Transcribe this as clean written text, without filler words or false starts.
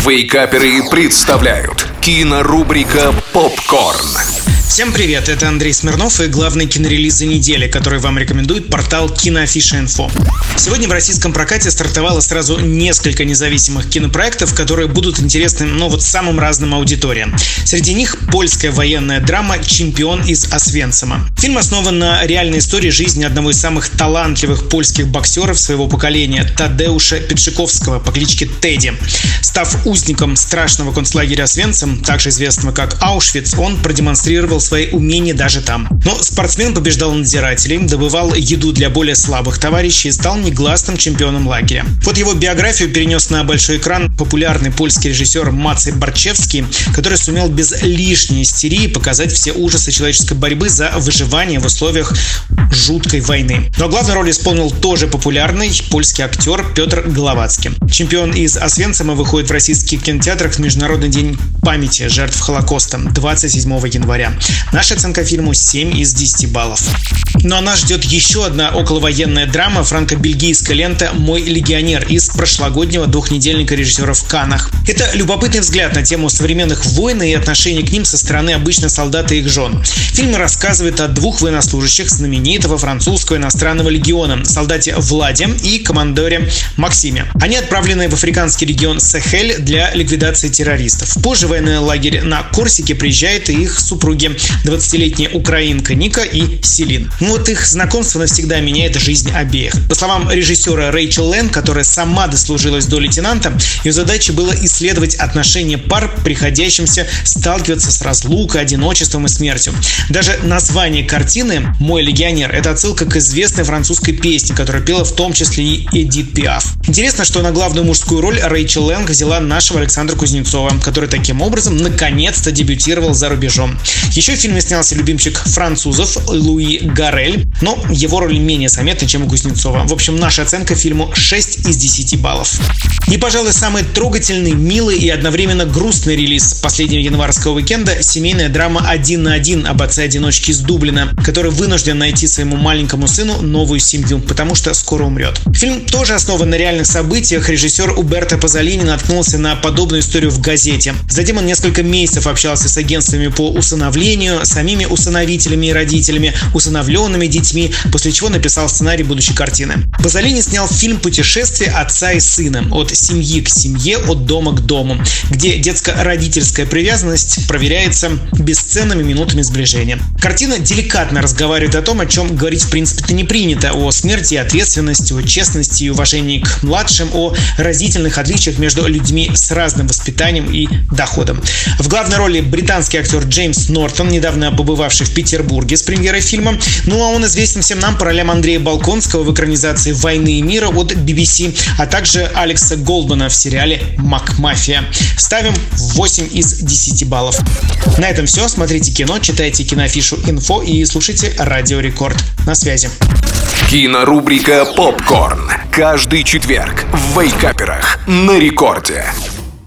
Вейкаперы представляют кинорубрика «Попкорн». Всем привет, это Андрей Смирнов и главный кинорелизы недели, который вам рекомендует портал Киноафиша.инфо. Сегодня в российском прокате стартовало сразу несколько независимых кинопроектов, которые будут интересны, самым разным аудиториям. Среди них польская военная драма «Чемпион из Освенцима». Фильм основан на реальной истории жизни одного из самых талантливых польских боксеров своего поколения Тадеуша Петшиковского по кличке Тедди. Став узником страшного концлагеря Освенцим, также известного как Аушвиц, он продемонстрировал свои умения даже там. Но спортсмен побеждал надзирателей, добывал еду для более слабых товарищей и стал негласным чемпионом лагеря. Вот его биографию перенес на большой экран популярный польский режиссер Мацей Барчевский, который сумел без лишней истерии показать все ужасы человеческой борьбы за выживание в условиях жуткой войны. Но главную роль исполнил тоже популярный польский актер Петр Гловацкий. «Чемпион из Освенцима» выходит в российских кинотеатрах в Международный день памяти жертв Холокоста 27 января. Наша оценка фильму 7 из 10 баллов. Ну а нас ждет еще одна околовоенная драма, франко-бельгийская лента «Мой легионер» из прошлогоднего двухнедельника режиссера в Каннах. Это любопытный взгляд на тему современных войн и отношений к ним со стороны обычных солдат и их жен. Фильм рассказывает о двух военнослужащих знаменитого французского иностранного легиона, солдате Владе и командоре Максиме. Они отправлены в африканский регион Сахель для ликвидации террористов. Позже военный лагерь на Корсике приезжает и их супруги, 20-летняя украинка Ника и Селин. Их знакомство навсегда меняет жизнь обеих. По словам режиссера Рэйчел Лэн, которая сама дослужилась до лейтенанта, ее задачей было исследовать отношения пар, приходящимся сталкиваться с разлукой, одиночеством и смертью. Даже название картины «Мой легионер» — это отсылка к известной французской песне, которую пела в том числе и Эдит Пиаф. Интересно, что на главную мужскую роль Рэйчел Лэн взяла нашего Александра Кузнецова, который таким образом наконец-то дебютировал за рубежом. Еще в фильме снялся любимчик французов Луи Гаррель, но его роль менее заметна, чем у Кузнецова. В общем, наша оценка фильму 6 из 10 баллов. И, пожалуй, самый трогательный, милый и одновременно грустный релиз последнего январского уикенда — семейная драма «Один на один» об отце-одиночке из Дублина, который вынужден найти своему маленькому сыну новую семью, потому что скоро умрет. Фильм тоже основан на реальных событиях. Режиссер Уберто Пазолини наткнулся на подобную историю в газете. Затем он несколько месяцев общался с агентствами по усыновлению, самими усыновителями и родителями, усыновленными детьми, после чего написал сценарий будущей картины. Пазолини снял фильм «Путешествие отца и сына. От семьи к семье, от дома к дому», где детско-родительская привязанность проверяется бесценными минутами сближения. Картина деликатно разговаривает о том, о чем говорить в принципе-то не принято: о смерти и ответственности, о честности и уважении к младшим, о разительных отличиях между людьми с разным воспитанием и доходом. В главной роли британский актер Джеймс Нортон, недавно побывавший в Петербурге с премьерой фильма. А он известен всем нам по ролям Андрея Балконского в экранизации «Войны и мира» от BBC, а также Алекса Голдмана в сериале «Макмафия». Ставим 8 из 10 баллов. На этом все. Смотрите кино, читайте Киноафишу.инфо и слушайте Радио Рекорд. На связи. Кинорубрика «Попкорн». Каждый четверг в Вейкаперах на Рекорде.